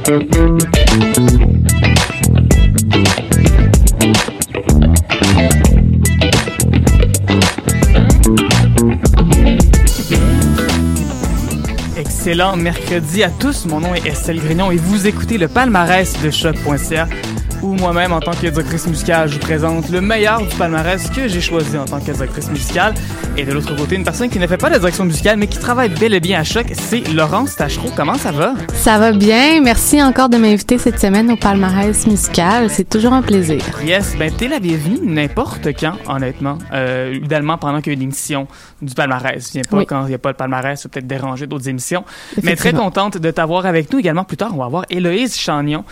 Excellent mercredi à tous, mon nom est Estelle Grignon et vous écoutez le palmarès de choc.ca où moi-même, en tant que directrice musicale, je vous présente le meilleur du palmarès que j'ai choisi en tant que directrice musicale. Et de l'autre côté, une personne qui ne fait pas de direction musicale, mais qui travaille bel et bien à Choc, c'est Laurence Tachereau. Comment ça va? Ça va bien. Merci encore de m'inviter cette semaine au palmarès musical. C'est toujours un plaisir. Yes, ben t'es la bienvenue n'importe quand, honnêtement. Idéalement, pendant qu'il y a une émission du palmarès. Viens pas oui. Quand il n'y a pas le palmarès, ça peut peut-être déranger d'autres émissions. Mais très contente de t'avoir avec nous. Également, plus tard, on va avoir Héloïse Chagnon,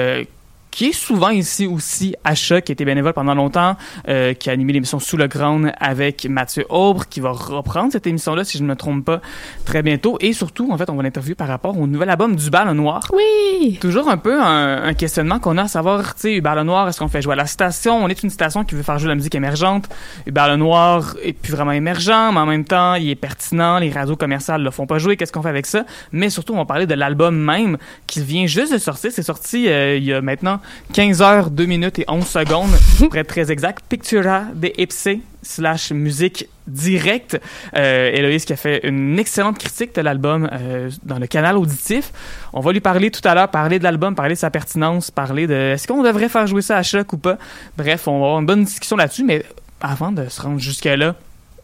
qui est souvent ici aussi à Choc, qui a été bénévole pendant longtemps, qui a animé l'émission Sous le Ground avec Mathieu Aubre, qui va reprendre cette émission-là, si je ne me trompe pas, très bientôt. Et surtout, en fait, on va l'interviewer par rapport au nouvel album du Ballon Noir. Oui! Toujours un peu un questionnement qu'on a à savoir, tu sais, Ballon Noir, est-ce qu'on fait jouer à la station? On est une station qui veut faire jouer la musique émergente. Ballon Noir est plus vraiment émergent, mais en même temps, il est pertinent. Les radios commerciales le font pas jouer. Qu'est-ce qu'on fait avec ça? Mais surtout, on va parler de l'album même, qui vient juste de sortir. C'est sorti il y a maintenant 15 heures, 2 minutes et 11 secondes, pour être très exact. Pictura de Ipse / musique directe. Héloïse qui a fait une excellente critique de l'album dans le canal auditif. On va lui parler tout à l'heure, parler de l'album, parler de sa pertinence, parler de est-ce qu'on devrait faire jouer ça à Choc ou pas. Bref, on va avoir une bonne discussion là-dessus, mais avant de se rendre jusque-là,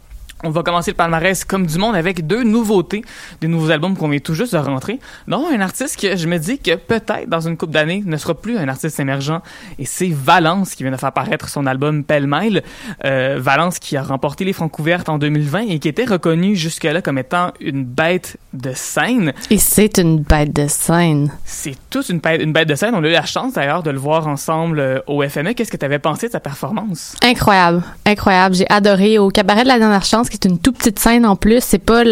on va commencer le palmarès comme du monde avec 2 nouveautés, des nouveaux albums qu'on vient tout juste de rentrer. Non, un artiste que je me dis que peut-être dans une couple d'années ne sera plus un artiste émergent, et c'est Valence qui vient de faire paraître son album Pêle-mêle. Valence qui a remporté les Francouvertes en 2020 et qui était reconnu jusque-là comme étant une bête de scène. Et c'est une bête de scène. C'est toute une bête de scène. On a eu la chance d'ailleurs de le voir ensemble au FME. Qu'est-ce que tu avais pensé de sa performance? Incroyable, incroyable. J'ai adoré au Cabaret de la Dernière Chance, qui est une toute petite scène en plus. C'est pas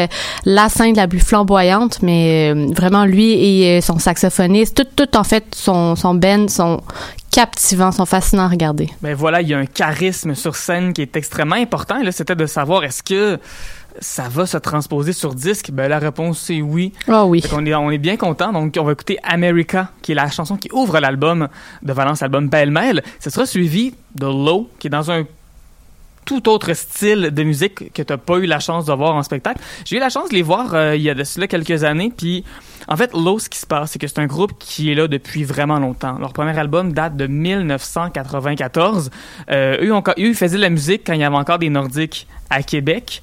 la scène la plus flamboyante, mais vraiment lui et son saxophoniste, tout en fait, son band sont captivants, sont fascinants à regarder. Ben voilà, il y a un charisme sur scène qui est extrêmement important. Et là, c'était de savoir est-ce que ça va se transposer sur disque? Ben la réponse c'est oui. Oh oui. On est bien content. Donc on va écouter America, qui est la chanson qui ouvre l'album de Valence, l'album Pêle-mêle. Ce sera suivi de Low, qui est dans un tout autre style de musique que t'as pas eu la chance de voir en spectacle. J'ai eu la chance de les voir il y a de cela quelques années, puis en fait, Low, ce qui se passe, c'est que c'est un groupe qui est là depuis vraiment longtemps. Leur premier album date de 1994. Eux, ils faisaient de la musique quand il y avait encore des Nordiques à Québec.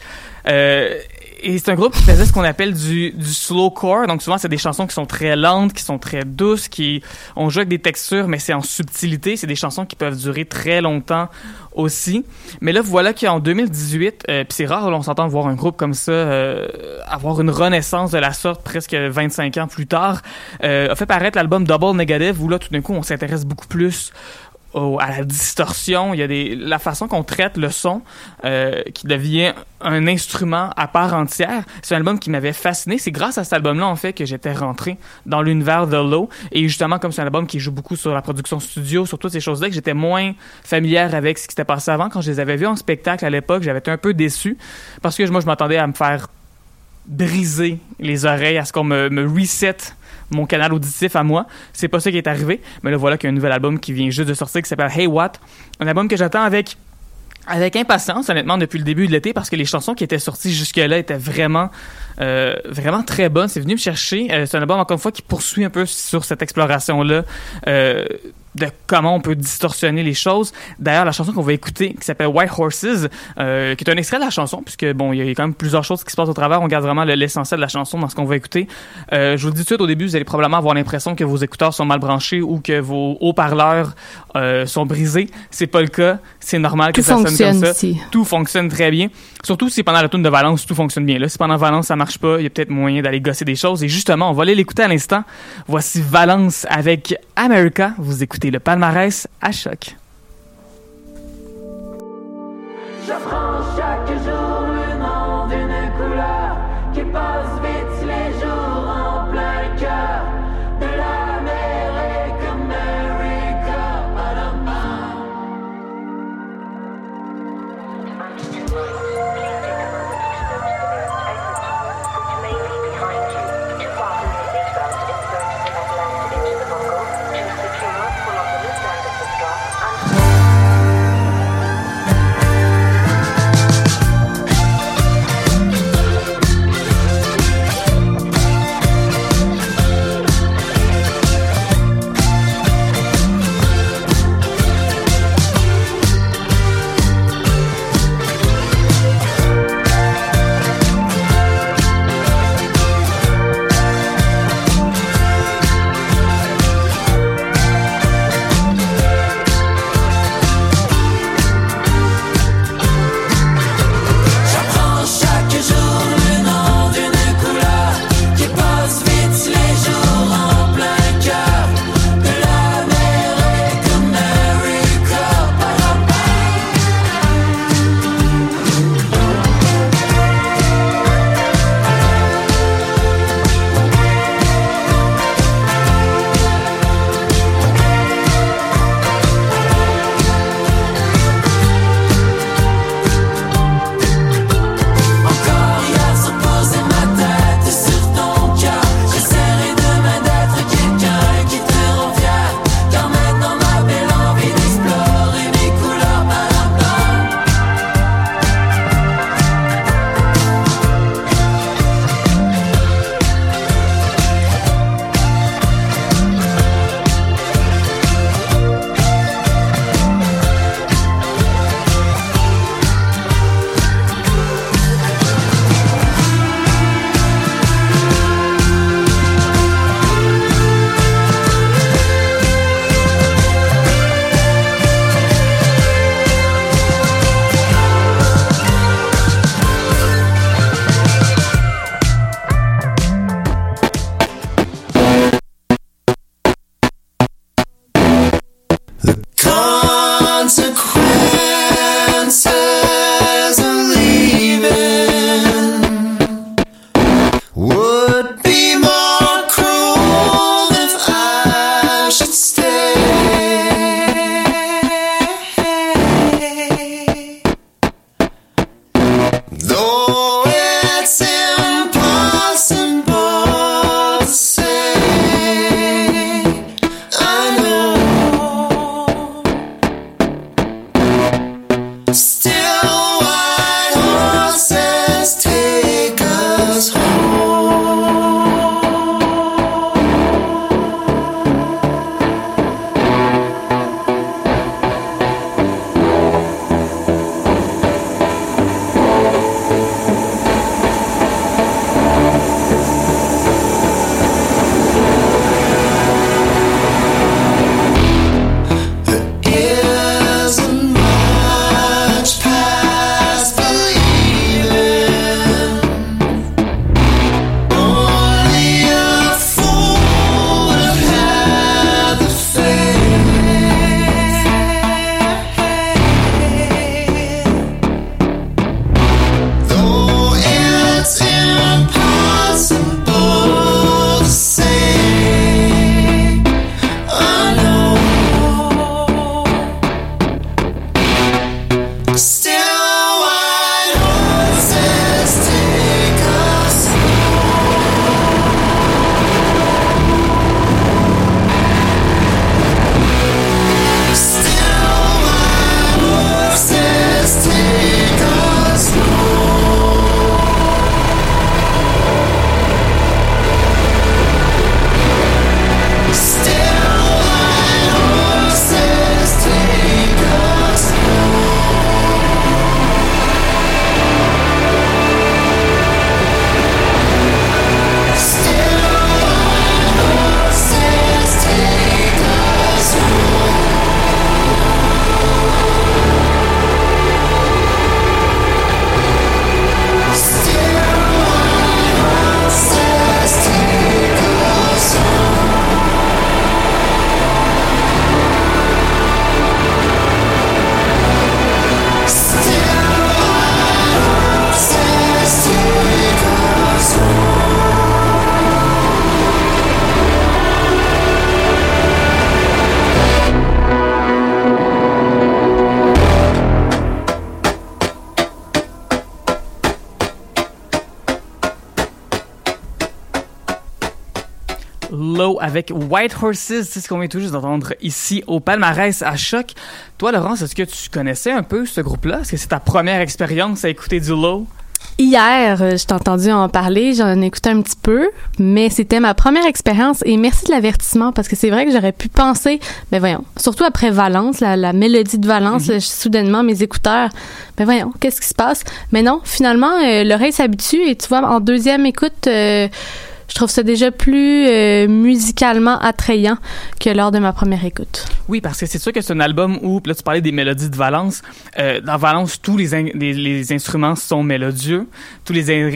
Et c'est un groupe qui faisait ce qu'on appelle du slowcore. Donc souvent, c'est des chansons qui sont très lentes, qui sont très douces, on joue avec des textures, mais c'est en subtilité. C'est des chansons qui peuvent durer très longtemps aussi. Mais là, voilà qu'en 2018, puis c'est rare, là, on s'entend voir un groupe comme ça avoir une renaissance de la sorte presque 25 ans plus tard, a fait paraître l'album Double Negative, où là, tout d'un coup, on s'intéresse beaucoup plus à la distorsion. Il y a la façon qu'on traite le son qui devient un instrument à part entière. C'est un album qui m'avait fasciné. C'est grâce à cet album-là, en fait, que j'étais rentré dans l'univers de Low. Et justement, comme c'est un album qui joue beaucoup sur la production studio, sur toutes ces choses-là, que j'étais moins familière avec ce qui s'était passé avant. Quand je les avais vus en spectacle à l'époque, j'avais été un peu déçu parce que moi, je m'attendais à me faire briser les oreilles, à ce qu'on me reset mon canal auditif à moi. C'est pas ça qui est arrivé. Mais là, voilà qu'il y a un nouvel album qui vient juste de sortir qui s'appelle Hey What. Un album que j'attends avec impatience, honnêtement, depuis le début de l'été, parce que les chansons qui étaient sorties jusque-là étaient vraiment très bonnes. C'est venu me chercher. C'est un album, encore une fois, qui poursuit un peu sur cette exploration-là de comment on peut distorsionner les choses. D'ailleurs, la chanson qu'on va écouter, qui s'appelle White Horses, qui est un extrait de la chanson, puisque bon, il y a quand même plusieurs choses qui se passent au travers. On garde vraiment l'essentiel de la chanson dans ce qu'on va écouter. Je vous le dis tout de suite, au début, vous allez probablement avoir l'impression que vos écouteurs sont mal branchés ou que vos haut-parleurs sont brisés. C'est pas le cas. C'est normal que ça sonne comme ça. Ici. Tout fonctionne très bien. Surtout si pendant la tourne de Valence, tout fonctionne bien. Là, si pendant Valence, ça marche pas, il y a peut-être moyen d'aller gosser des choses. Et justement, on va aller l'écouter à l'instant. Voici Valence avec America. Vous écoutez le palmarès à Choc. J'apprends chaque jour le nom d'une couleur qui passe vite les jours en plein cœur de l'Amérique, America, avec White Horses, c'est ce qu'on vient tout juste d'entendre ici au palmarès à Choc. Toi, Laurence, est-ce que tu connaissais un peu ce groupe-là? Est-ce que c'est ta première expérience à écouter du Low? Hier, je t'ai entendu en parler, j'en ai écouté un petit peu, mais c'était ma première expérience et merci de l'avertissement parce que c'est vrai que j'aurais pu penser, ben voyons, surtout après Valence, la mélodie de Valence, soudainement mes écouteurs, ben voyons, qu'est-ce qui se passe? Mais non, finalement, l'oreille s'habitue et tu vois, en deuxième écoute, je trouve ça déjà plus musicalement attrayant que lors de ma première écoute. Oui, parce que c'est sûr que c'est un album où, là tu parlais des mélodies de Valence, dans Valence, tous les instruments sont mélodieux, tous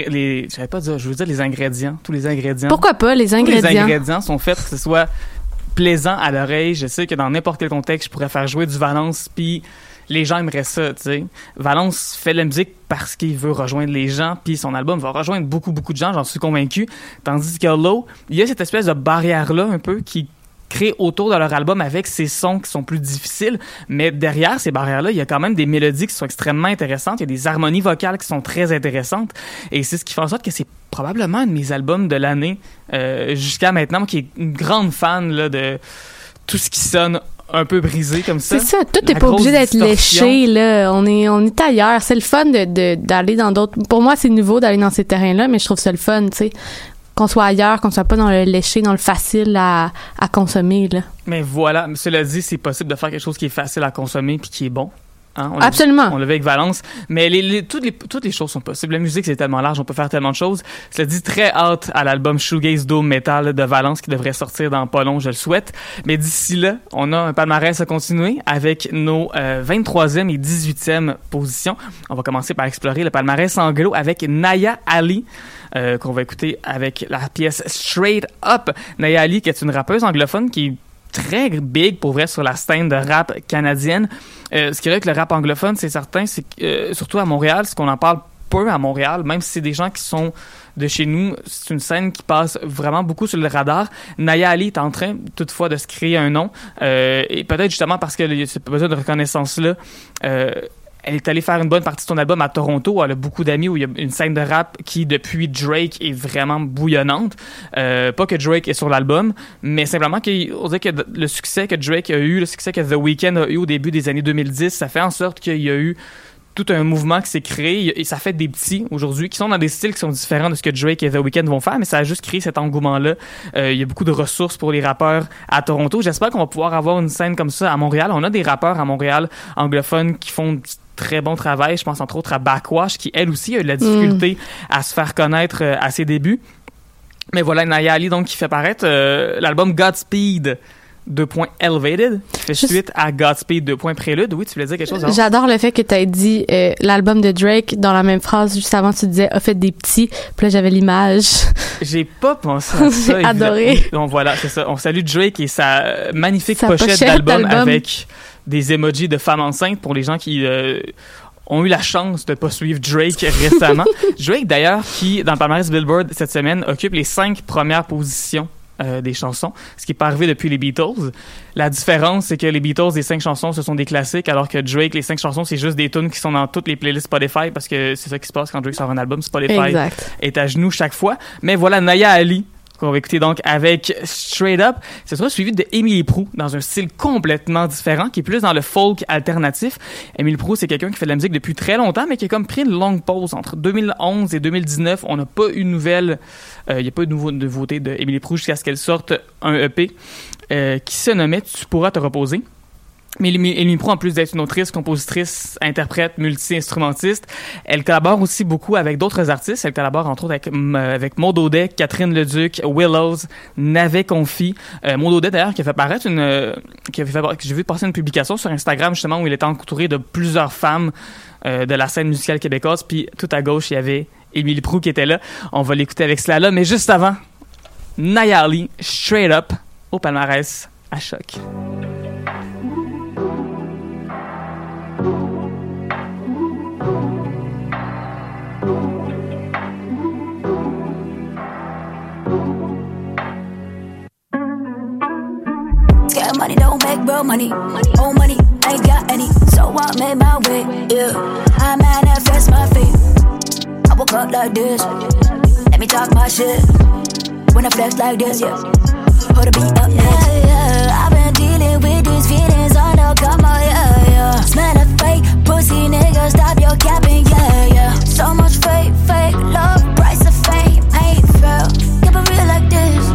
je savais pas dire, je veux dire les ingrédients, tous les ingrédients. Pourquoi pas, les ingrédients? Tous les ingrédients sont faits pour que ce soit plaisant à l'oreille. Je sais que dans n'importe quel contexte, je pourrais faire jouer du Valence, puis les gens aimeraient ça, tu sais. Valence fait de la musique parce qu'il veut rejoindre les gens, puis son album va rejoindre beaucoup de gens, j'en suis convaincu. Tandis que Low, il y a cette espèce de barrière-là un peu qui crée autour de leur album avec ces sons qui sont plus difficiles, mais derrière ces barrières-là, il y a quand même des mélodies qui sont extrêmement intéressantes, il y a des harmonies vocales qui sont très intéressantes, et c'est ce qui fait en sorte que c'est probablement un de mes albums de l'année jusqu'à maintenant, moi qui est une grande fan là, de tout ce qui sonne un peu brisé comme ça. C'est ça, tout n'est pas obligé d'être léché, là. On est ailleurs. C'est le fun d'aller dans d'autres... Pour moi, c'est nouveau d'aller dans ces terrains-là, mais je trouve ça le fun, tu sais. Qu'on soit ailleurs, qu'on soit pas dans le léché, dans le facile à consommer, là. Mais voilà, cela dit, c'est possible de faire quelque chose qui est facile à consommer puis qui est bon. Hein? Absolument. On l'a vu avec Valence. Mais toutes les choses sont possibles. La musique, c'est tellement large, on peut faire tellement de choses. Cela dit, très hâte à l'album Shoegaze Doom Metal de Valence qui devrait sortir dans pas long, je le souhaite. Mais d'ici là, on a un palmarès à continuer avec nos 23e et 18e positions. On va commencer par explorer le palmarès anglo avec Naya Ali, qu'on va écouter avec la pièce Straight Up. Naya Ali, qui est une rappeuse anglophone qui est très big pour vrai sur la scène de rap canadienne. Ce qui est vrai que le rap anglophone, c'est certain, c'est surtout à Montréal, c'est qu'on en parle peu à Montréal, même si c'est des gens qui sont de chez nous, c'est une scène qui passe vraiment beaucoup sur le radar. Naya Ali est en train toutefois de se créer un nom, et peut-être justement parce qu'il y a ce besoin de reconnaissance-là, elle est allée faire une bonne partie de son album à Toronto. Elle a beaucoup d'amis où il y a une scène de rap qui, depuis Drake, est vraiment bouillonnante. Pas que Drake est sur l'album, mais simplement qu'on dirait que le succès que Drake a eu, le succès que The Weeknd a eu au début des années 2010, ça fait en sorte qu'il y a eu tout un mouvement qui s'est créé et ça fait des petits aujourd'hui qui sont dans des styles qui sont différents de ce que Drake et The Weeknd vont faire, mais ça a juste créé cet engouement-là. Il y a beaucoup de ressources pour les rappeurs à Toronto. J'espère qu'on va pouvoir avoir une scène comme ça à Montréal. On a des rappeurs à Montréal anglophones qui font très bon travail. Je pense entre autres à Backwash qui, elle aussi, a eu de la difficulté à se faire connaître à ses débuts. Mais voilà, Naya Ali, donc, qui fait paraître l'album Godspeed Elevated, qui fait suite à Godspeed Prélude. Oui, tu voulais dire quelque chose? Alors? J'adore le fait que tu aies dit l'album de Drake dans la même phrase. Juste avant, tu disais « a fait des petits », puis là, j'avais l'image. J'ai pas pensé à ça. J'ai adoré. Donc voilà, c'est ça. On salue Drake et sa magnifique pochette d'album avec des emojis de femmes enceintes pour les gens qui ont eu la chance de pas suivre Drake récemment. Drake, d'ailleurs, qui, dans le palmarès Billboard cette semaine, occupe les 5 premières positions des chansons, ce qui n'est pas arrivé depuis les Beatles. La différence, c'est que les Beatles, les 5 chansons, ce sont des classiques, alors que Drake, les 5 chansons, c'est juste des tunes qui sont dans toutes les playlists Spotify, parce que c'est ça qui se passe quand Drake sort un album. Spotify est à genoux chaque fois. Mais voilà, Naya Ali, qu'on va écouter donc avec Straight Up. Ce sera suivi de Émilie Proulx dans un style complètement différent, qui est plus dans le folk alternatif. Émilie Proulx, c'est quelqu'un qui fait de la musique depuis très longtemps, mais qui a comme pris une longue pause entre 2011 et 2019. On n'a pas eu de nouvelles, il n'y a pas eu de nouveauté de Émilie Proulx jusqu'à ce qu'elle sorte un EP qui se nommait Tu pourras te reposer. Mais Émilie Proulx, en plus d'être une autrice, compositrice, interprète, multi-instrumentiste, elle collabore aussi beaucoup avec d'autres artistes. Elle collabore entre autres avec Maud Audet, Catherine Leduc, Willows, Navet Confi. Maud Audet d'ailleurs qui a fait paraître j'ai vu passer une publication sur Instagram justement où il était entouré de plusieurs femmes de la scène musicale québécoise. Puis tout à gauche il y avait Émilie Proulx qui était là. On va l'écouter avec cela là, mais juste avant, Naya Ali, Straight Up au palmarès à Choc. Scared money don't make real money. Old money, ain't got any. So I made my way, yeah. I manifest my fate. I woke up like this. Let me talk my shit. When I flex like this, yeah. hold the beat up, yeah, yeah. I've been dealing with these feelings undercover, yeah, yeah. Smell of fake pussy, nigga, stop your capping, yeah, yeah. So much fake love, price of fame, ain't fair. Keep it real like this.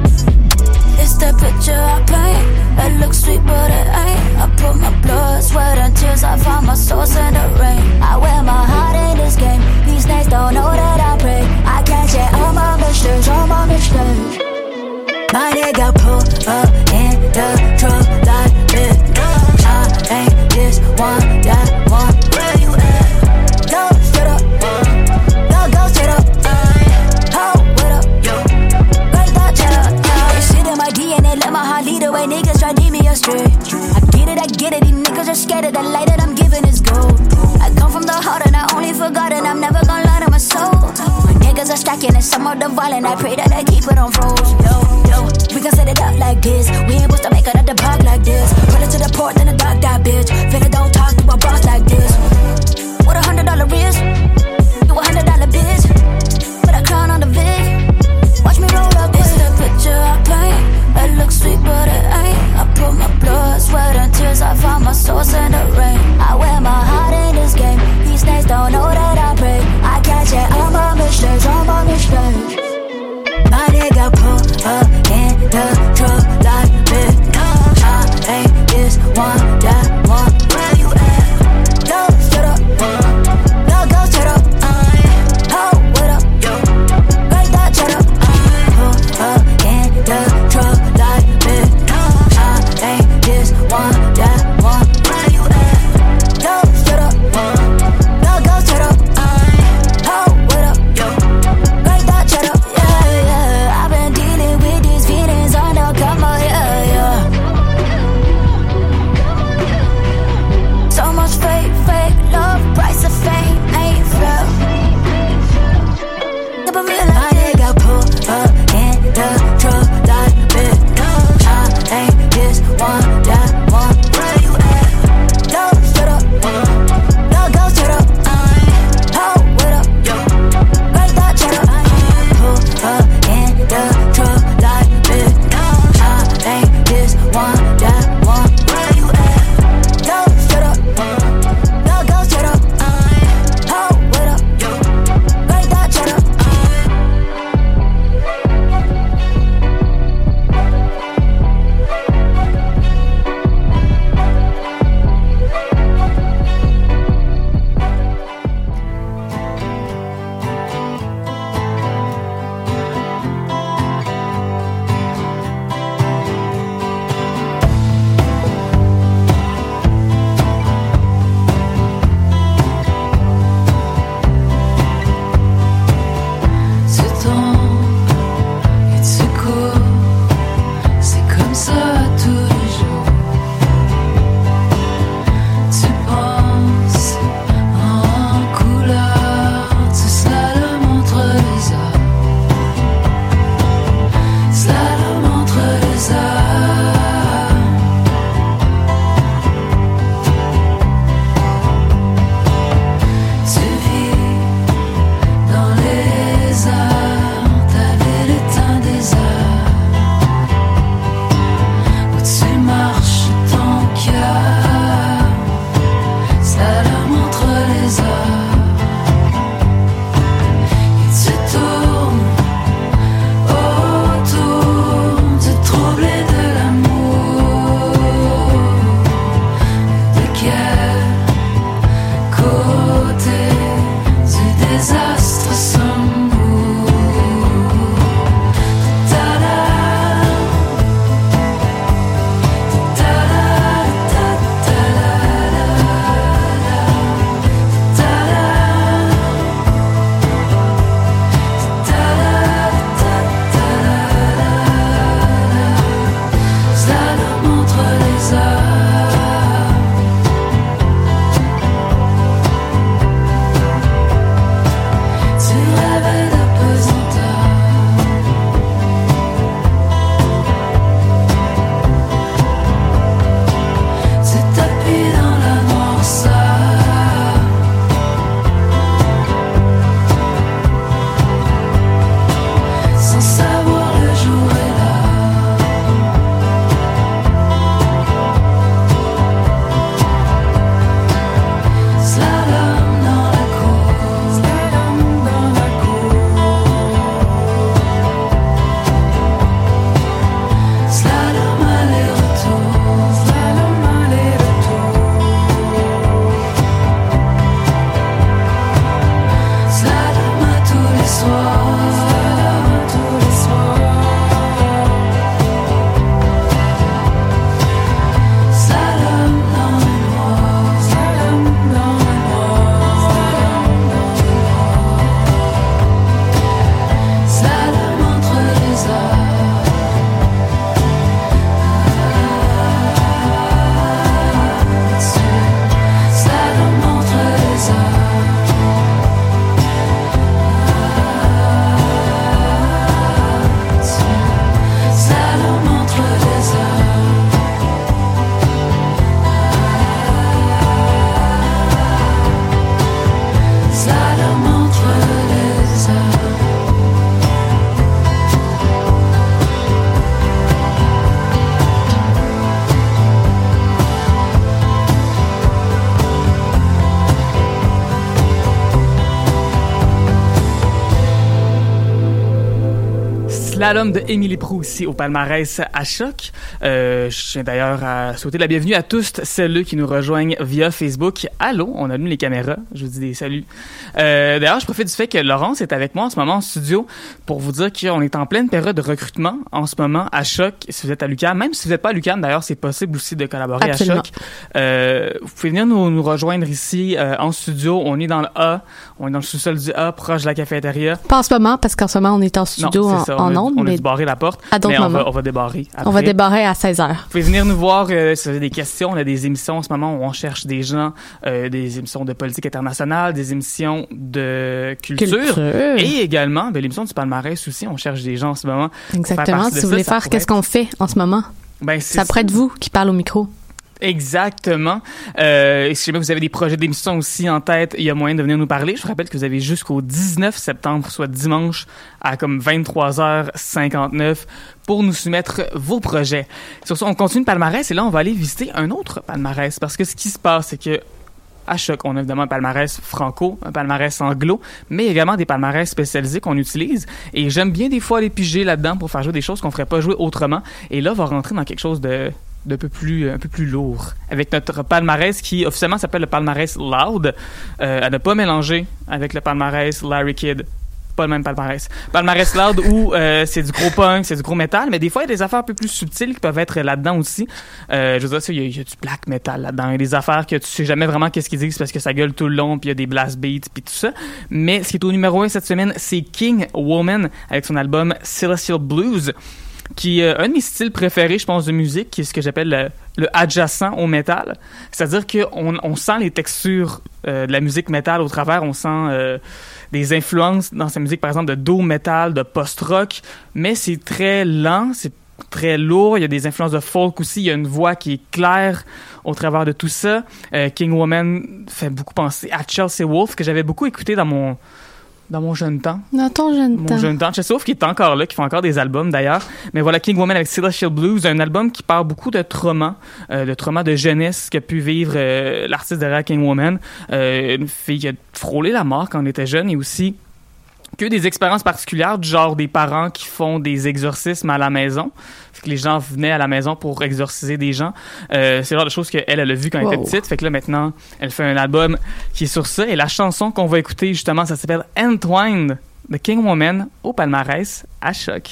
It's the picture I paint. It looks sweet, but it ain't. I put my blood, sweat, and tears. I found my source in the rain. I wear my heart in this game. These snakes don't know that I pray. I can't share all my mistakes, all my mistakes. My nigga pull up in the truck like bitch. I ain't this one, that one. Where you at? Go straight up, go straight up. Hold with up, break that cheddar. This shit in my DNA, let my heart lead the way. Niggas try to lead me astray. I get it. These niggas are scared of the light that I'm giving is gold. I come from the heart and I only forgotten. I'm never gonna lie to my soul. My niggas are stacking and some of the violent. I pray that I keep it on froze. Yo, we can set it up like this. We ain't supposed to make it at the park like this. Pull it to the port, then the dog that bitch. Finna don't talk to a boss like this. What $100 is? You $100 bitch. Put a crown on the Vic. Watch me roll up. It's the picture I paint. It looks sweet, but it ain't. I put my blood, sweat, and tears. I found my source in the rain. I wear my heart in this game. These snakes don't know that I pray. I can't share all my mistakes, all my mistakes. My nigga pull up in the truck like bitch. I ain't this one, that one. Where you at? Go straight up, go straight up. Hold with up, break that cheddar. Pull up in the truck like bitch. I ain't this one, that one. Where you at? Go straight up, go straight up. Hold with up, break that cheddar. Yeah, yeah. I've been dealing with these feelings undercover, yeah, yeah. Slalom de Émilie Proulx ici au palmarès à Choc. Je tiens d'ailleurs à souhaiter la bienvenue à tous celles qui nous rejoignent via Facebook. Allô, on allume les caméras, je vous dis des saluts. D'ailleurs, je profite du fait que Laurence est avec moi en ce moment en studio pour vous dire qu'on est en pleine période de recrutement en ce moment à Choc. Si vous êtes à l'UQAM, même si vous n'êtes pas à l'UQAM, d'ailleurs, c'est possible aussi de collaborer Absolument. à Choc. Vous pouvez venir nous rejoindre ici en studio. On est dans le A, on est dans le sous-sol du A, proche de la cafétéria. Pas en ce moment, parce qu'en ce moment, on est en studio Non, c'est ça, en ondes, on a mais dû barrer la porte, à d'autres mais moments. on va débarrer après. on va débarrer à 16h. Vous pouvez venir nous voir si vous avez des questions. On a des émissions en ce moment où on cherche des gens, des émissions de politique internationale, des émissions de culture. Et également, l'émission du palmarès aussi, on cherche des gens en ce moment. Exactement. Si vous voulez faire, qu'est-ce qu'on fait en ce moment? C'est après de vous qui parle au micro. Exactement. Et si jamais vous avez des projets d'émission aussi en tête, il y a moyen de venir nous parler. Je vous rappelle que vous avez jusqu'au 19 septembre, soit dimanche, à comme 23h59 pour nous soumettre vos projets. Sur ce, on continue le palmarès et là, on va aller visiter un autre palmarès parce que ce qui se passe, c'est que à Choc, on a évidemment un palmarès franco, un palmarès anglo, mais également des palmarès spécialisés qu'on utilise. Et j'aime bien des fois aller piger là-dedans pour faire jouer des choses qu'on ferait pas jouer autrement. Et là, on va rentrer dans quelque chose un peu plus lourd, avec notre palmarès qui officiellement s'appelle le palmarès Loud, à ne pas mélanger avec le palmarès Larry Kidd. Pas le même palmarès. Palmarès Loud où c'est du gros punk, c'est du gros métal, mais des fois il y a des affaires un peu plus subtiles qui peuvent être là-dedans aussi. Je veux dire, il y a du black metal là-dedans, il y a des affaires que tu sais jamais vraiment qu'est-ce qu'ils disent parce que ça gueule tout le long, puis il y a des blast beats puis tout ça. Mais ce qui est au numéro 1 cette semaine, c'est King Woman avec son album Celestial Blues, qui est un de mes styles préférés, je pense, de musique, qui est ce que j'appelle le adjacent au métal. C'est-à-dire qu'on sent les textures de la musique métal au travers, on sent des influences dans sa musique, par exemple, de doom metal, de post-rock, mais c'est très lent, c'est très lourd, il y a des influences de folk aussi, il y a une voix qui est claire au travers de tout ça. King Woman fait beaucoup penser à Chelsea Wolfe, que j'avais beaucoup écouté dans mon jeune temps. Dans ton jeune temps. Mon jeune temps. Chelsea Wolfe qui est encore là, qui fait encore des albums d'ailleurs. Mais voilà, King Woman avec Celestial Blues, un album qui parle beaucoup de trauma de jeunesse qu'a pu vivre l'artiste derrière King Woman. Une fille qui a frôlé la mort quand on était jeune et aussi que des expériences particulières, du genre des parents qui font des exorcismes à la maison. Fait que les gens venaient à la maison pour exorciser des gens. C'est le genre de choses qu'elle a vu quand elle était petite. Fait que là, maintenant, elle fait un album qui est sur ça. Et la chanson qu'on va écouter, justement, ça s'appelle Entwined de King Woman au palmarès à Choc.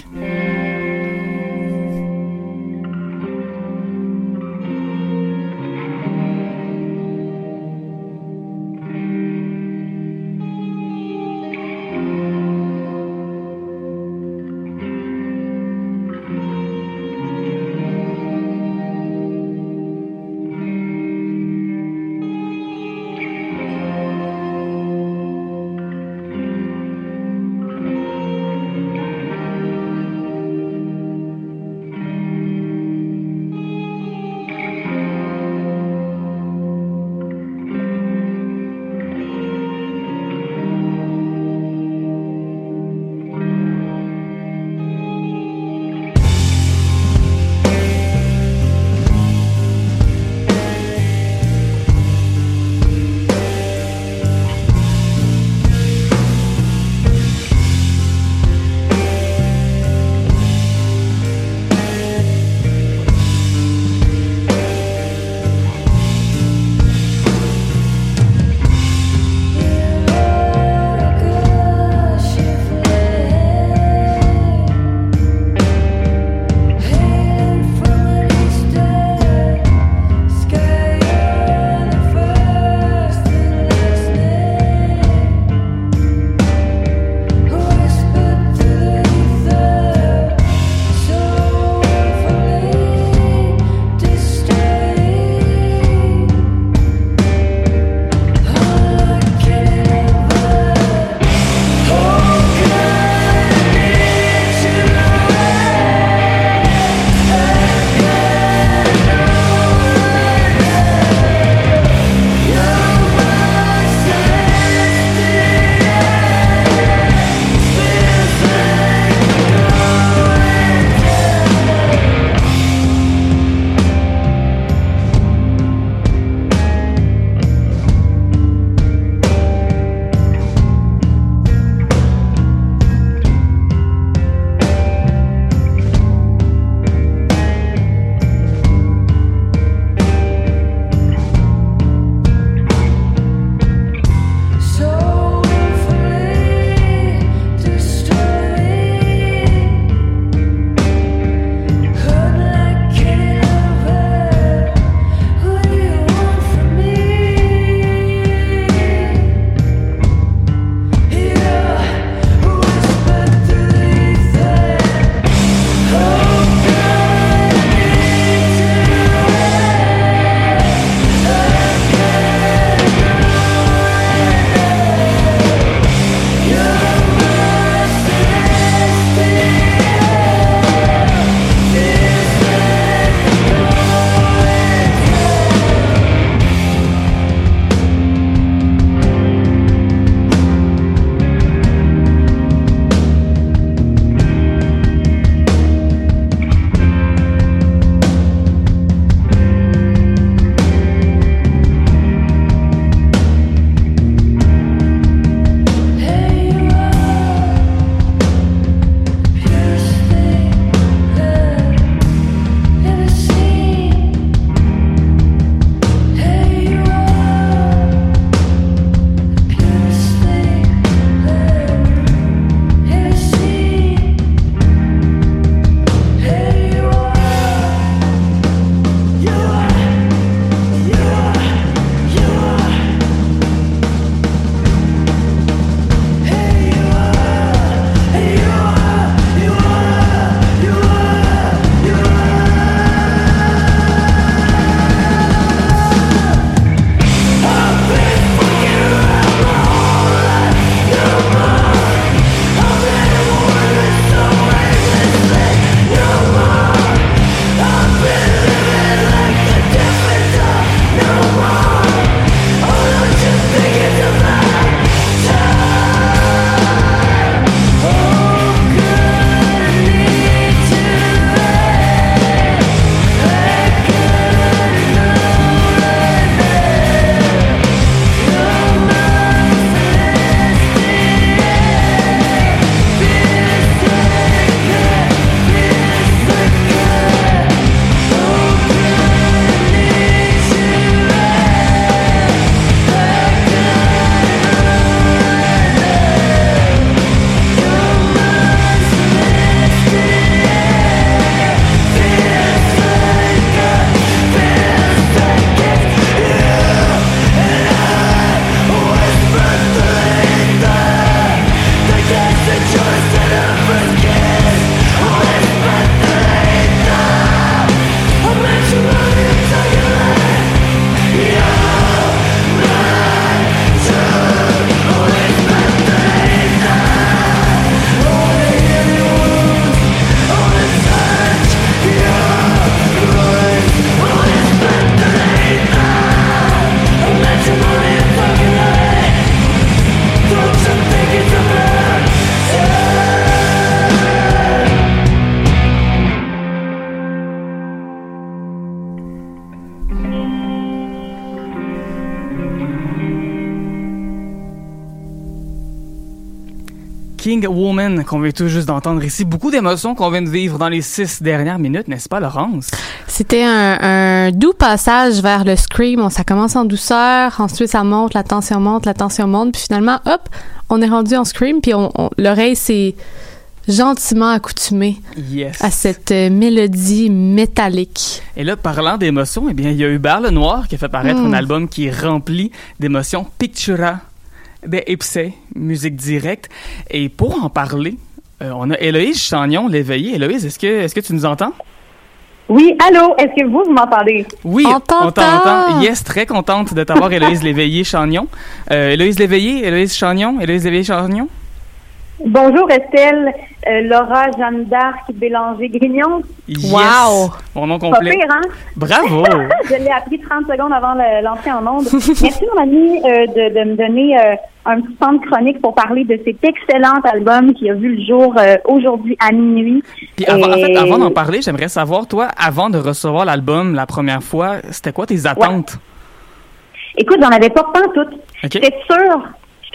King Woman qu'on vient tout juste d'entendre ici. Beaucoup d'émotions qu'on vient de vivre dans les 6 dernières minutes, n'est-ce pas, Laurence? C'était un doux passage vers le scream. Ça commence en douceur, ensuite ça monte, la tension monte, puis finalement, hop, on est rendu en scream, puis l'oreille s'est gentiment accoutumée à cette mélodie métallique. Et là, parlant d'émotions, eh bien, il y a Hubert Lenoir qui a fait paraître un album qui est rempli d'émotions, Pictura de Ipse, musique directe. Et pour en parler, on a Héloïse Chagnon, l'éveillée. Héloïse, est-ce que tu nous entends? Oui, allô, est-ce que vous m'entendez? Oui, on t'entend. Yes, très contente de t'avoir, Héloïse Léveillé-Chagnon. Héloïse Léveillé-Chagnon? Bonjour Estelle, Laura Jeanne d'Arc Bélanger-Grignon. Yes. Wow! Mon nom complet. Pas pire, hein? Bravo! Je l'ai appris 30 secondes avant l'entrée en onde. Merci mon ami de me donner un petit temps de chronique pour parler de cet excellent album qui a vu le jour aujourd'hui à minuit. Puis avant d'en parler, j'aimerais savoir, toi, avant de recevoir l'album la première fois, c'était quoi tes attentes? Ouais. Écoute, j'en avais pas toutes. Okay. J'étais sûre.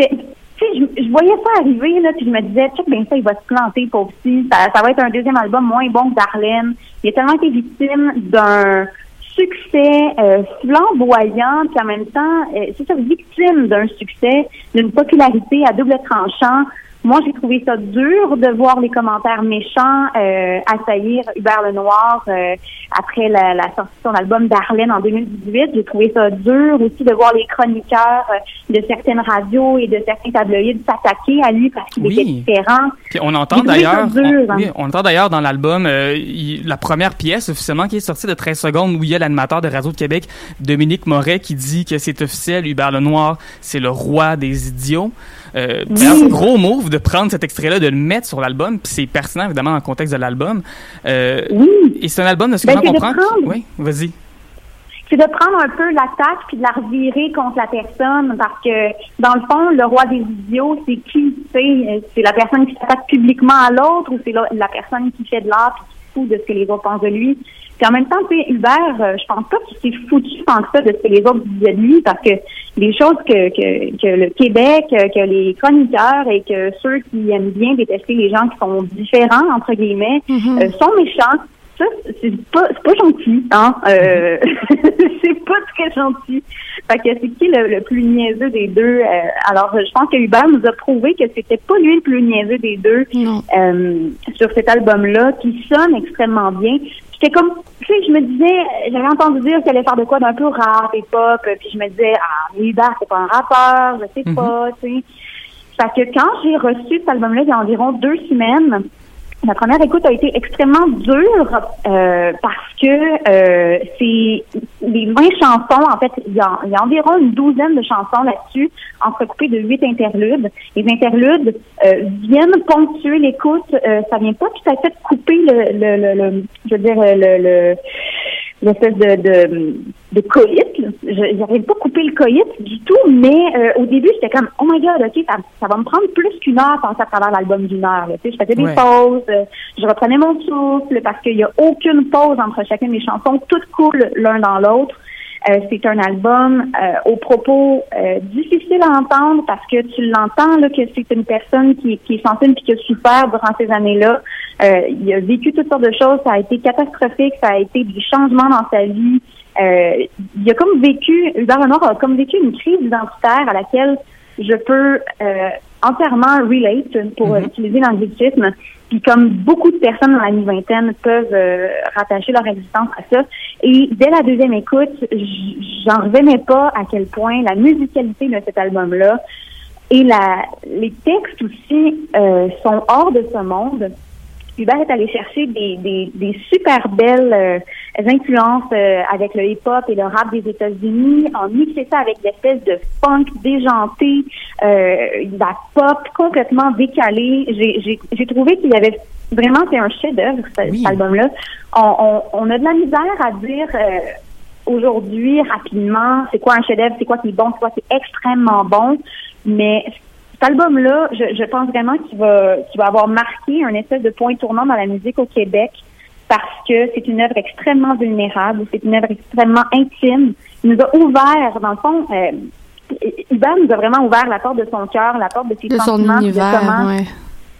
Je voyais ça arriver, là, puis je me disais, check bien ça, il va se planter, pauvre petit. Ça va être un deuxième album moins bon que Darlene. Il a tellement été victime d'un succès flamboyant, puis en même temps, c'est ça, victime d'un succès, d'une popularité à double tranchant. Moi, j'ai trouvé ça dur de voir les commentaires méchants assaillir Hubert Lenoir après la sortie de son album Darlene en 2018. J'ai trouvé ça dur aussi de voir les chroniqueurs de certaines radios et de certains tabloïds s'attaquer à lui parce qu'il était différent. Puis on entend d'ailleurs dans l'album la première pièce officiellement qui est sortie de 13 secondes où il y a l'animateur de Radio de Québec, Dominique Moret, qui dit que c'est officiel, Hubert Lenoir, c'est le roi des idiots. C'est un gros move de prendre cet extrait-là, de le mettre sur l'album, puis c'est pertinent évidemment dans le contexte de l'album. Et c'est un album de ce que j'en comprends. Oui, vas-y. C'est de prendre un peu l'attaque puis de la revirer contre la personne, parce que dans le fond, le roi des idiots, c'est qui? C'est la personne qui s'attaque publiquement à l'autre, ou c'est la personne qui fait de l'art puis qui se fout de ce que les autres pensent de lui? Puis en même temps, tu sais, Hubert, je pense pas qu'il s'est foutu tant que ça de ce que les autres disaient de lui, parce que les choses que le Québec, que les chroniqueurs et que ceux qui aiment bien détester les gens qui sont différents, entre guillemets, sont méchants. Ça, c'est pas gentil, hein. C'est pas très gentil. Fait que c'est qui le plus niaiseux des deux? Alors, je pense que Hubert nous a prouvé que c'était pas lui le plus niaiseux des deux sur cet album-là, qui sonne extrêmement bien. C'était comme, tu sais, je me disais, j'avais entendu dire qu'elle allait faire de quoi d'un peu rap et pop, puis je me disais, mais Hubert, c'est pas un rappeur, je sais pas, tu sais. Fait que quand j'ai reçu cet album-là il y a environ 2 semaines, la première écoute a été extrêmement dure parce que c'est les 20 chansons, en fait, il y a environ une 12aine de chansons là-dessus, entrecoupées de 8 interludes. Les interludes viennent ponctuer l'écoute, ça vient pas tout à fait couper l'espèce de coït. J'arrive pas à couper le coït du tout, mais au début, j'étais comme, oh my god, ok, ça va me prendre plus qu'1 heure à passer à travers l'album d'1 heure. Tu sais, je faisais des pauses, je reprenais mon souffle, parce qu'il y a aucune pause entre chacune des chansons, toutes coulent l'un dans l'autre. C'est un album aux propos difficiles à entendre, parce que tu l'entends là, que c'est une personne qui est sensible et qui a souffert durant ces années-là. Il a vécu toutes sortes de choses, ça a été catastrophique, ça a été des changements dans sa vie. Il a comme vécu, Hubert Lenoir a comme vécu une crise identitaire à laquelle je peux entièrement relate, pour utiliser l'anglicisme. Puis comme beaucoup de personnes dans la mi-vingtaine peuvent rattacher leur existence à ça. Et dès la 2e écoute, j'en revenais pas à quel point la musicalité de cet album-là et les textes aussi sont hors de ce monde. Hubert est allé chercher des super belles influences avec le hip-hop et le rap des États-Unis, en mixé ça avec des espèces de funk déjanté, de la pop complètement décalée. J'ai trouvé qu'il y avait vraiment, c'est un chef-d'œuvre, cet album-là. On a de la misère à dire aujourd'hui, rapidement, c'est quoi un chef-d'œuvre, c'est quoi qui est bon, c'est quoi qui est extrêmement bon, mais cet album-là, je pense vraiment qu'il va avoir marqué un espèce de point tournant dans la musique au Québec, parce que c'est une œuvre extrêmement vulnérable, c'est une œuvre extrêmement intime. Il nous a ouvert, dans le fond, Hubert nous a vraiment ouvert la porte de son cœur, la porte de ses sentiments, son univers,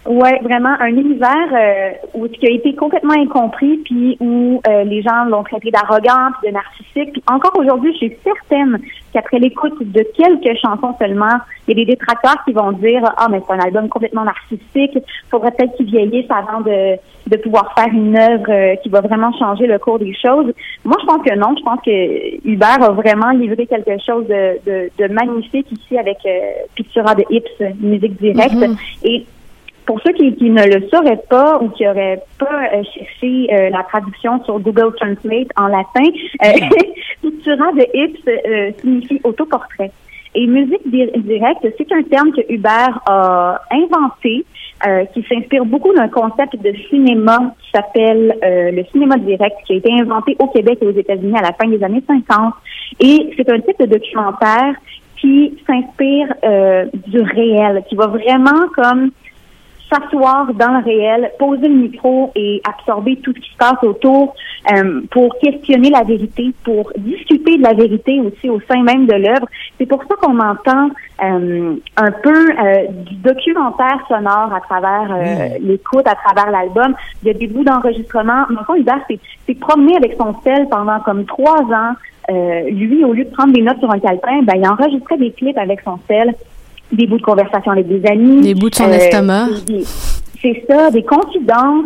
Ouais, vraiment un univers où ce qui a été complètement incompris, puis où les gens l'ont traité d'arrogant, puis de narcissique. Puis encore aujourd'hui, je suis certaine qu'après l'écoute de quelques chansons seulement, il y a des détracteurs qui vont dire « Ah, mais c'est un album complètement narcissique, faudrait peut-être qu'il vieillisse avant de pouvoir faire une œuvre qui va vraiment changer le cours des choses. » Moi, je pense que non. Je pense que Hubert a vraiment livré quelque chose de magnifique ici avec Pictura de Ips, musique directe. Mm-hmm. Et pour ceux qui ne le sauraient pas ou qui n'auraient pas cherché la traduction sur Google Translate en latin, Pictura de Ips signifie autoportrait. Et musique directe, c'est un terme que Hubert a inventé, qui s'inspire beaucoup d'un concept de cinéma qui s'appelle le cinéma direct, qui a été inventé au Québec et aux États-Unis à la fin des années 50. Et c'est un type de documentaire qui s'inspire du réel, qui va vraiment comme s'asseoir dans le réel, poser le micro et absorber tout ce qui se passe autour pour questionner la vérité, pour discuter de la vérité aussi au sein même de l'œuvre. C'est pour ça qu'on entend un peu du documentaire sonore à travers l'écoute, à travers l'album. Il y a des bouts d'enregistrement. Dans Hubert s'est promené avec son sel pendant comme 3 ans. Lui, au lieu de prendre des notes sur un calepin, il enregistrait des clips avec son sel. Des bouts de conversation avec des amis. Des bouts de son estomac. C'est ça, des confidences,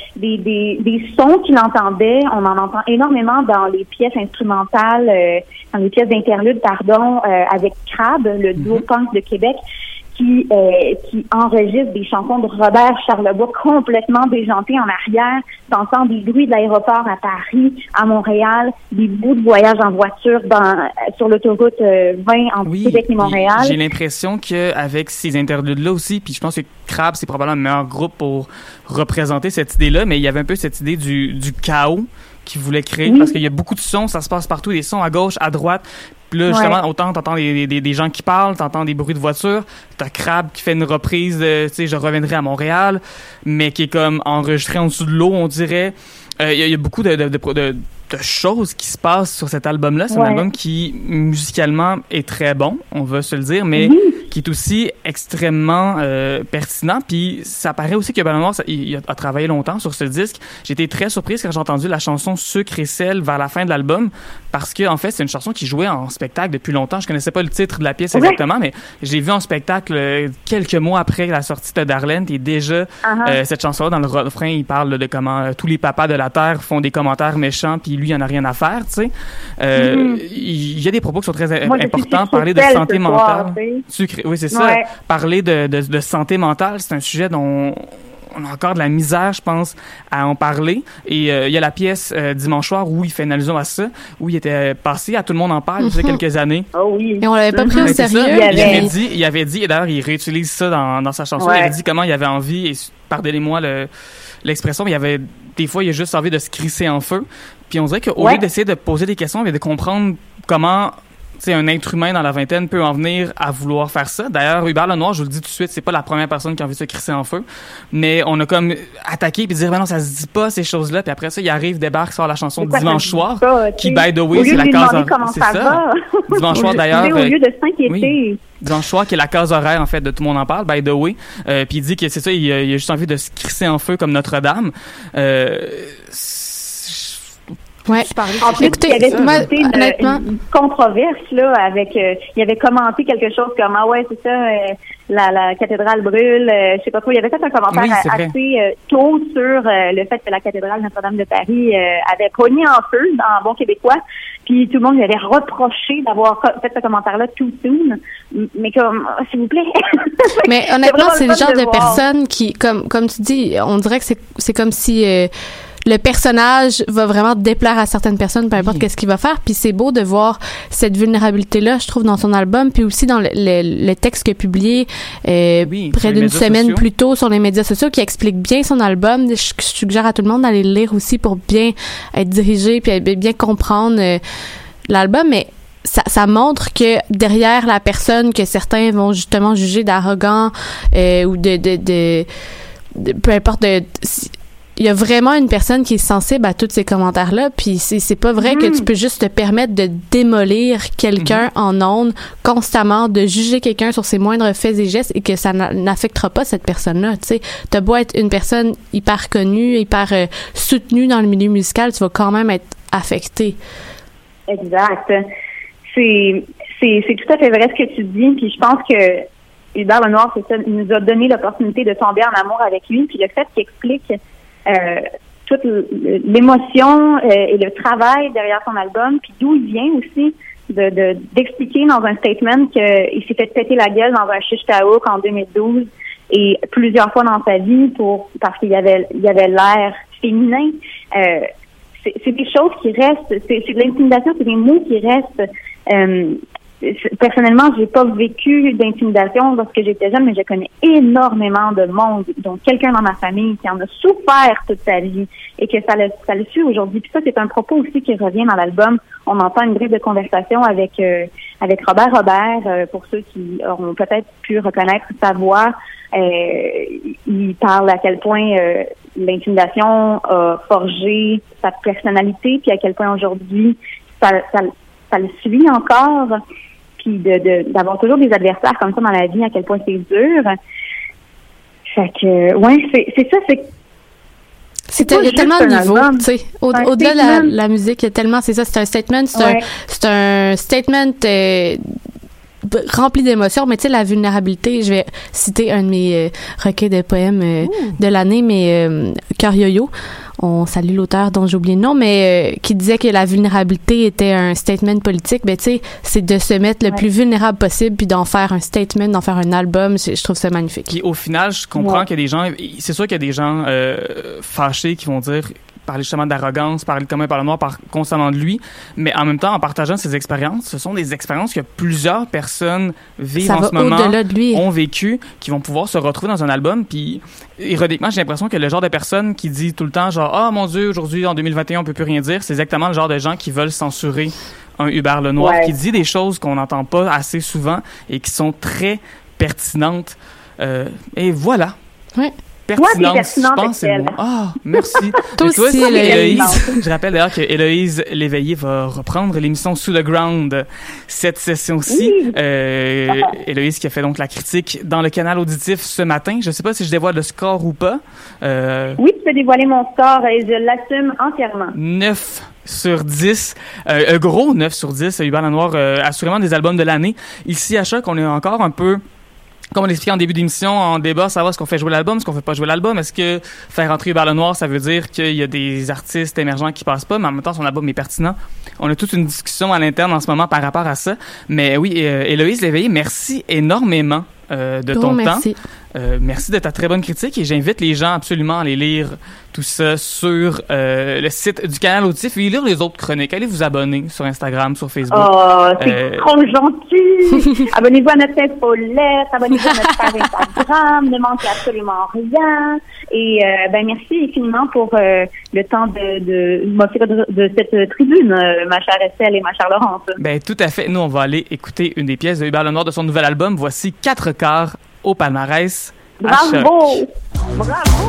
des sons qu'il entendait. On en entend énormément dans les pièces instrumentales, dans les pièces d'interlude, avec Crabe, le duo punk de Québec, qui enregistre des chansons de Robert Charlebois complètement déjantées en arrière. T'entends des bruits de l'aéroport à Paris, à Montréal, des bouts de voyage en voiture sur l'autoroute 20 entre Québec et Montréal. J'ai l'impression qu'avec ces interludes-là aussi, puis je pense que Crabe, c'est probablement le meilleur groupe pour représenter cette idée-là, mais il y avait un peu cette idée du chaos qu'il voulait créer, parce qu'il y a beaucoup de sons, ça se passe partout, des sons à gauche, à droite. Puis là, justement, autant t'entends des gens qui parlent, t'entends des bruits de voiture, t'as Crabe qui fait une reprise de, tu sais, Je reviendrai à Montréal, mais qui est comme enregistré en dessous de l'eau, on dirait. Il y a beaucoup de choses qui se passent sur cet album-là. C'est un album qui, musicalement, est très bon, on va se le dire, mais qui est aussi extrêmement pertinent. Puis ça paraît aussi que Ben Noir, il a travaillé longtemps sur ce disque. J'ai été très surprise quand j'ai entendu la chanson Sucre et sel vers la fin de l'album, parce que en fait, c'est une chanson qui jouait en spectacle depuis longtemps. Je connaissais pas le titre de la pièce exactement, mais j'ai vu en spectacle quelques mois après la sortie de Darlene, et déjà cette chanson-là, dans le refrain, il parle de comment tous les papas de la Terre font des commentaires méchants, puis lui, il en a rien à faire, tu sais. Il y a des propos qui sont très importants. Parler de santé mentale. Oui, c'est ça. Parler de santé mentale, c'est un sujet dont on a encore de la misère, je pense, à en parler. Et il y a la pièce Dimanche soir où il fait une allusion à ça, où il était passé à Tout le monde en parle il y a quelques années. Oh oui. Et on l'avait pas pris au sérieux. Il avait dit, et d'ailleurs, il réutilise ça dans sa chanson, il avait dit comment il avait envie, et pardonnez-moi l'expression, mais il avait des fois, il a juste envie de se crisser en feu. Puis on dirait qu'au lieu d'essayer de poser des questions, mais de comprendre comment un être humain dans la vingtaine peut en venir à vouloir faire ça. D'ailleurs, Hubert Lenoir, je vous le dis tout de suite, c'est pas la première personne qui a envie de se crisser en feu. Mais on a comme attaqué puis dire, ben non, ça se dit pas, ces choses-là. Puis après ça, il arrive, débarque sur la chanson Dimanche soir, qui, by the way, c'est la case horaire. C'est ça. Dimanche soir, d'ailleurs. Au lieu de s'inquiéter. Oui. Dimanche soir, qui est la case horaire, en fait, de Tout le monde en parle, by the way. Puis il dit que c'est ça, il a juste envie de se crisser en feu comme Notre-Dame. Ouais. En plus, il y avait une controverse là avec. Il avait commenté quelque chose comme c'est ça, la cathédrale brûle. Je sais pas trop. Il avait fait un commentaire assez tôt sur le fait que la cathédrale Notre-Dame de Paris avait pogné en feu en bon québécois. Puis tout le monde lui avait reproché d'avoir fait ce commentaire-là too soon. Mais comme, s'il vous plaît. Mais honnêtement, c'est le genre de personne qui, comme tu dis, on dirait que c'est comme si le personnage va vraiment déplaire à certaines personnes, peu importe qu'est-ce qu'il va faire. Puis c'est beau de voir cette vulnérabilité-là, je trouve, dans son album, puis aussi dans le texte qu'il a publié près d'une semaine plus tôt sur les médias sociaux, qui explique bien son album. Je suggère à tout le monde d'aller le lire aussi pour bien être dirigé puis bien comprendre l'album, mais ça montre que derrière la personne que certains vont justement juger d'arrogant ou de peu importe il y a vraiment une personne qui est sensible à tous ces commentaires-là, puis c'est pas vrai que tu peux juste te permettre de démolir quelqu'un en ondes constamment, de juger quelqu'un sur ses moindres faits et gestes et que ça n'affectera pas cette personne-là, tu sais. T'as beau être une personne hyper connue, hyper soutenue dans le milieu musical, tu vas quand même être affecté. Exact. C'est tout à fait vrai ce que tu dis, puis je pense que Hubert Lenoir, c'est ça, il nous a donné l'opportunité de tomber en amour avec lui, puis le fait qu'il explique toute l'émotion et le travail derrière son album, puis d'où il vient aussi, d'expliquer dans un statement qu'il s'est fait péter la gueule dans un shish taouk en 2012 et plusieurs fois dans sa vie parce qu'il y avait l'air féminin. C'est des choses qui restent, c'est de l'intimidation, c'est des mots qui restent. Personnellement, j'ai pas vécu d'intimidation lorsque j'étais jeune, mais je connais énormément de monde, donc quelqu'un dans ma famille qui en a souffert toute sa vie et que ça le suit aujourd'hui. Puis ça, c'est un propos aussi qui revient dans l'album. On entend une brève de conversation avec Robert. Pour ceux qui auront peut-être pu reconnaître sa voix, il parle à quel point l'intimidation a forgé sa personnalité, puis à quel point aujourd'hui ça le suit encore. Puis d'avoir toujours des adversaires comme ça dans la vie, à quel point c'est dur. Fait que, ouais, c'est ça, il y a tellement de niveaux, tu sais. Au-delà de la musique, il y a tellement, c'est ça, c'est un statement, c'est un statement rempli d'émotions, mais tu sais, la vulnérabilité, je vais citer un de mes recueils de poèmes de l'année, mais Cœur Yo-Yo, on salue l'auteur dont j'ai oublié le nom, mais qui disait que la vulnérabilité était un statement politique. Ben tu sais, c'est de se mettre le plus vulnérable possible puis d'en faire un statement, d'en faire un album. Je trouve ça magnifique. Puis au final, je comprends qu'il y a des gens, c'est sûr qu'il y a des gens fâchés qui vont parler justement d'arrogance, parler comme Hubert Lenoir, parle constamment de lui, mais en même temps, en partageant ses expériences, ce sont des expériences que plusieurs personnes vivent en ce moment, ont vécu, qui vont pouvoir se retrouver dans un album. Puis, ironiquement, j'ai l'impression que le genre de personne qui dit tout le temps genre « Ah, mon Dieu, aujourd'hui, en 2021, on peut plus rien dire », c'est exactement le genre de gens qui veulent censurer un Hubert Lenoir, qui dit des choses qu'on n'entend pas assez souvent et qui sont très pertinentes. Et voilà. Ouais. Pertinence, je pense, c'est le mot. Ah, merci. Toi aussi, Héloïse. Je rappelle d'ailleurs que Héloïse Léveillé va reprendre l'émission Sous le Ground cette session-ci. Oui. Héloïse qui a fait donc la critique dans le canal auditif ce matin. Je sais pas si je dévoile le score ou pas. Oui, tu peux dévoiler mon score et je l'assume entièrement. 9 sur 10. Un gros 9 sur 10. Hubert Lenoir, assurément des albums de l'année. Ici, à Choc, on est encore un peu... Comme on l'expliquait en début d'émission, en débat, savoir est-ce qu'on fait jouer l'album, est-ce qu'on fait pas jouer l'album, est-ce que faire rentrer Hubert Lenoir, ça veut dire qu'il y a des artistes émergents qui passent pas, mais en même temps, son album est pertinent. On a toute une discussion à l'interne en ce moment par rapport à ça. Mais oui, Héloïse Léveillé, merci énormément de ton temps. Merci de ta très bonne critique et j'invite les gens absolument à aller lire tout ça sur le site du canal auditif et lire les autres chroniques. Allez vous abonner sur Instagram, sur Facebook. Oh, c'est trop gentil! Abonnez-vous à notre infolette, abonnez-vous à notre page Instagram, ne manquez absolument rien. Et merci infiniment pour le temps de m'offrir de cette tribune, ma chère Estelle et ma chère Laurence. Ben tout à fait. Nous, on va aller écouter une des pièces de Hubert Lenoir de son nouvel album. Voici 4 quarts au palmarès. Bravo! Bravo!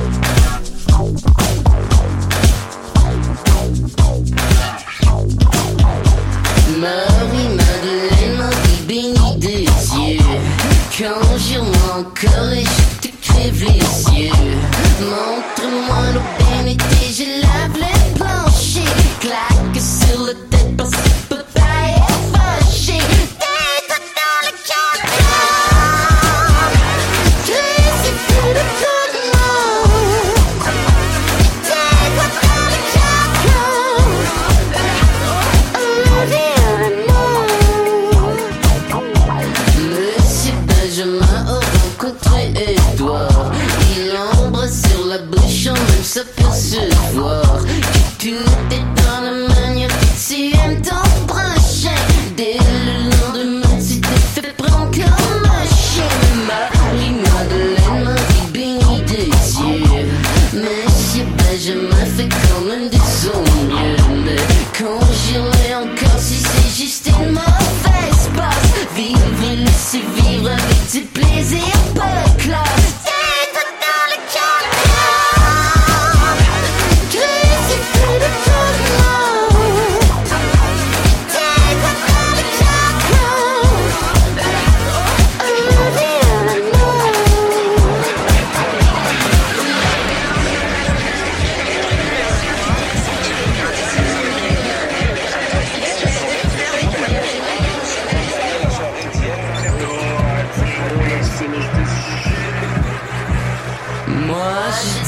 Marie-Madeleine m'a dit béni des yeux. Quand jure encore et je te crève les yeux. Montre-moi l'eau bénite, je lave les planchers. Claque sur le tête parce que papa est fâché. T'es dans le cœur. Tracy fait le tournement. T'es dans le cœur. Monsieur Benjamin a rencontré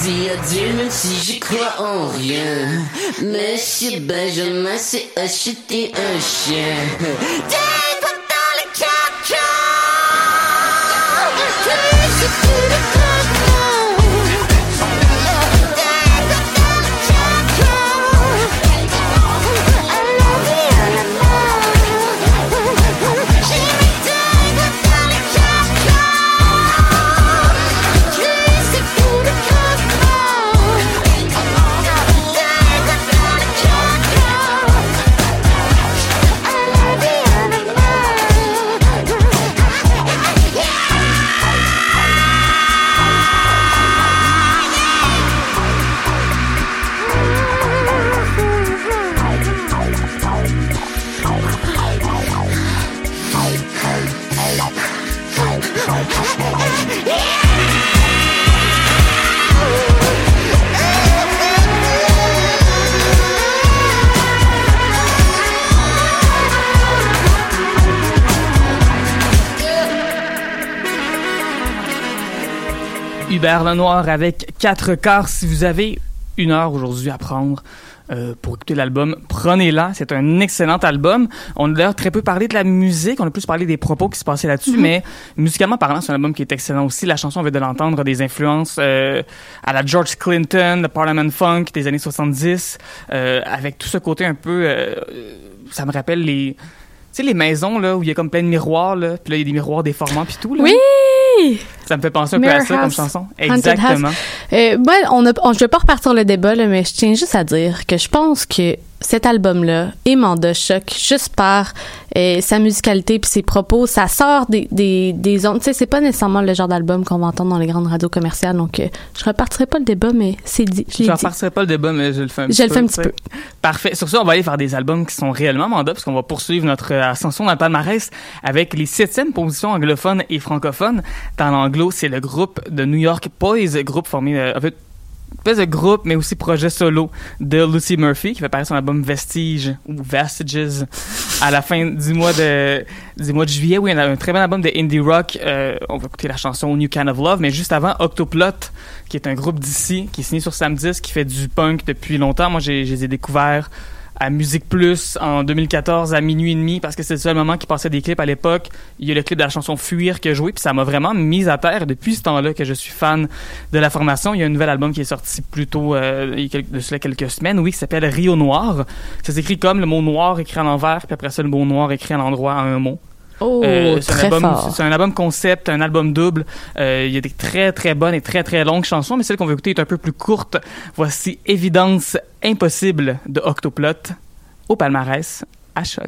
dis adieu même si j'y crois en rien. Monsieur Benjamin s'est acheté un chien. Des doigts dans le caca. C'est plus de Hubert Lenoir avec 4 quarts. Si vous avez 1 heure aujourd'hui à prendre pour écouter l'album, prenez-la. C'est un excellent album. On a d'ailleurs très peu parlé de la musique. On a plus parlé des propos qui se passaient là-dessus, mais musicalement parlant, c'est un album qui est excellent aussi. La chanson, on vient de l'entendre, des influences à la George Clinton, le Parliament Funk des années 70, avec tout ce côté un peu... ça me rappelle les... Tu sais, les maisons, là, où il y a comme plein de miroirs, là, puis là, il y a des miroirs déformants, puis tout, là. Oui! Ça me fait penser un peu à ça comme chanson. Exactement. Je vais pas repartir le débat, là, mais je tiens juste à dire que je pense que cet album-là et Manda choque juste par sa musicalité puis ses propos. Ça sort des ondes. Tu sais, c'est pas nécessairement le genre d'album qu'on va entendre dans les grandes radios commerciales. Donc, je repartirai pas le débat, mais c'est dit. Je repartirai pas le débat, mais je le fais un petit peu. Parfait. Sur ça, on va aller faire des albums qui sont réellement Manda, parce qu'on va poursuivre notre ascension dans le palmarès avec les 7e positions anglophones et francophones. Dans l'anglo, c'est le groupe de New York Poise, groupe formé espèce de groupe, mais aussi projet solo de Lucy Murphy, qui fait paraître son album Vestige ou Vestiges à la fin du mois de juillet. Oui, il y a un très bon album de indie rock. On va écouter la chanson New Kind of Love, mais juste avant, Octoplot, qui est un groupe d'ici, qui est signé sur Samdisc, qui fait du punk depuis longtemps. Moi, je les ai découverts à Musique Plus en 2014 à minuit et demi, parce que c'est le seul moment qui passait des clips à l'époque. Il y a le clip de la chanson Fuir qui a joué, puis ça m'a vraiment mis à terre. Depuis ce temps-là que je suis fan de la formation. Il y a un nouvel album qui est sorti plus tôt il y a quelques semaines, oui, qui s'appelle Rio Noir. Ça s'écrit comme le mot noir écrit à l'envers, puis après ça le mot noir écrit à l'endroit en un mot. C'est un album concept, un album double. Il y a des très très bonnes et très très longues chansons, mais celle qu'on va écouter est un peu plus courte. Voici Évidence impossible de Octoplot au palmarès à Choc.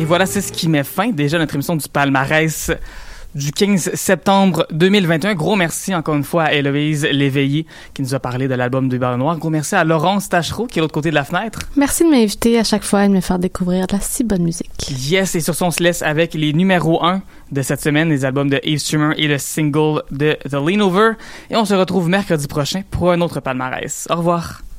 voilà, c'est ce qui met fin déjà à notre émission du palmarès du 15 septembre 2021. Gros merci encore une fois à Héloïse Léveillé qui nous a parlé de l'album de Barbe Noire. Gros merci à Laurence Tachereau qui est de l'autre côté de la fenêtre. Merci de m'inviter à chaque fois et de me faire découvrir de la si bonne musique. Yes, et sur ça, on se laisse avec les numéros 1 de cette semaine, les albums de Eve Streamer et le single de The Lean Over. Et on se retrouve mercredi prochain pour un autre palmarès. Au revoir.